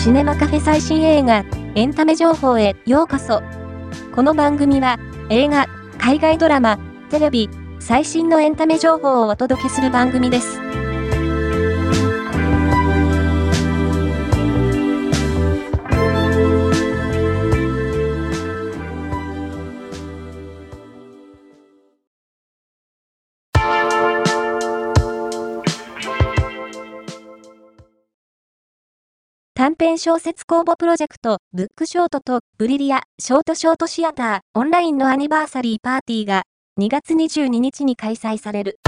シネマカフェ最新映画、エンタメ情報へようこそ。この番組は、映画、海外ドラマ、テレビ、最新のエンタメ情報をお届けする番組です。短編小説公募プロジェクト、ブックショートとブリリア、ショートシアター、オンラインのアニバーサリーパーティーが2月22日に開催される。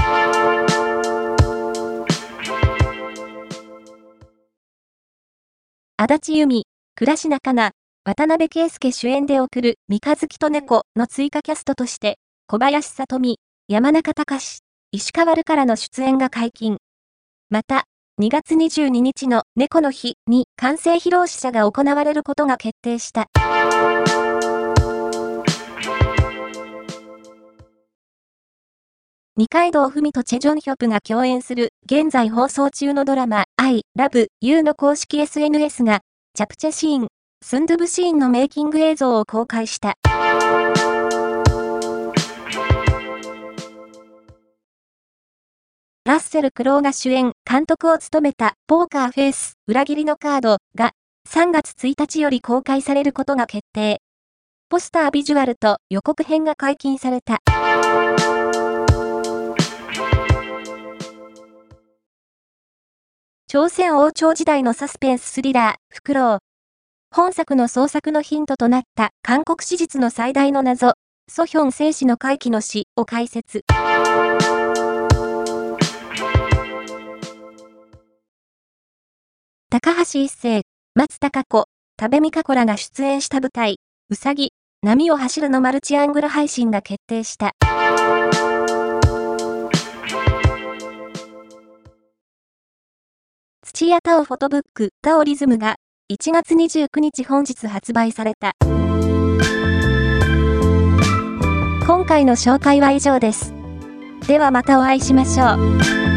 足立由美、倉科カナ、渡辺圭介主演で送る三日月と猫の追加キャストとして、小林聡美、山中隆、石川るからの出演が解禁。また、2月22日の猫の日に完成披露試写が行われることが決定した。二階堂ふみとチェジョンヒョプが共演する現在放送中のドラマ I Love You の公式 SNS がチャプチェシーン、スンドゥブシーンのメイキング映像を公開した。ラッセル・クロウが主演、監督を務めたポーカーフェイス、裏切りのカードが3月1日より公開されることが決定。ポスタービジュアルと予告編が解禁された。朝鮮王朝時代のサスペンススリラー、フクロウ。本作の創作のヒントとなった韓国史実の最大の謎、ソヒョン正史の回帰の死を解説。高橋一生、松たか子、多部未華子らが出演した舞台、うさぎ、波を走るのマルチアングル配信が決定した。土屋太鳳フォトブック、タオリズムが、1月29日本日発売された。今回の紹介は以上です。ではまたお会いしましょう。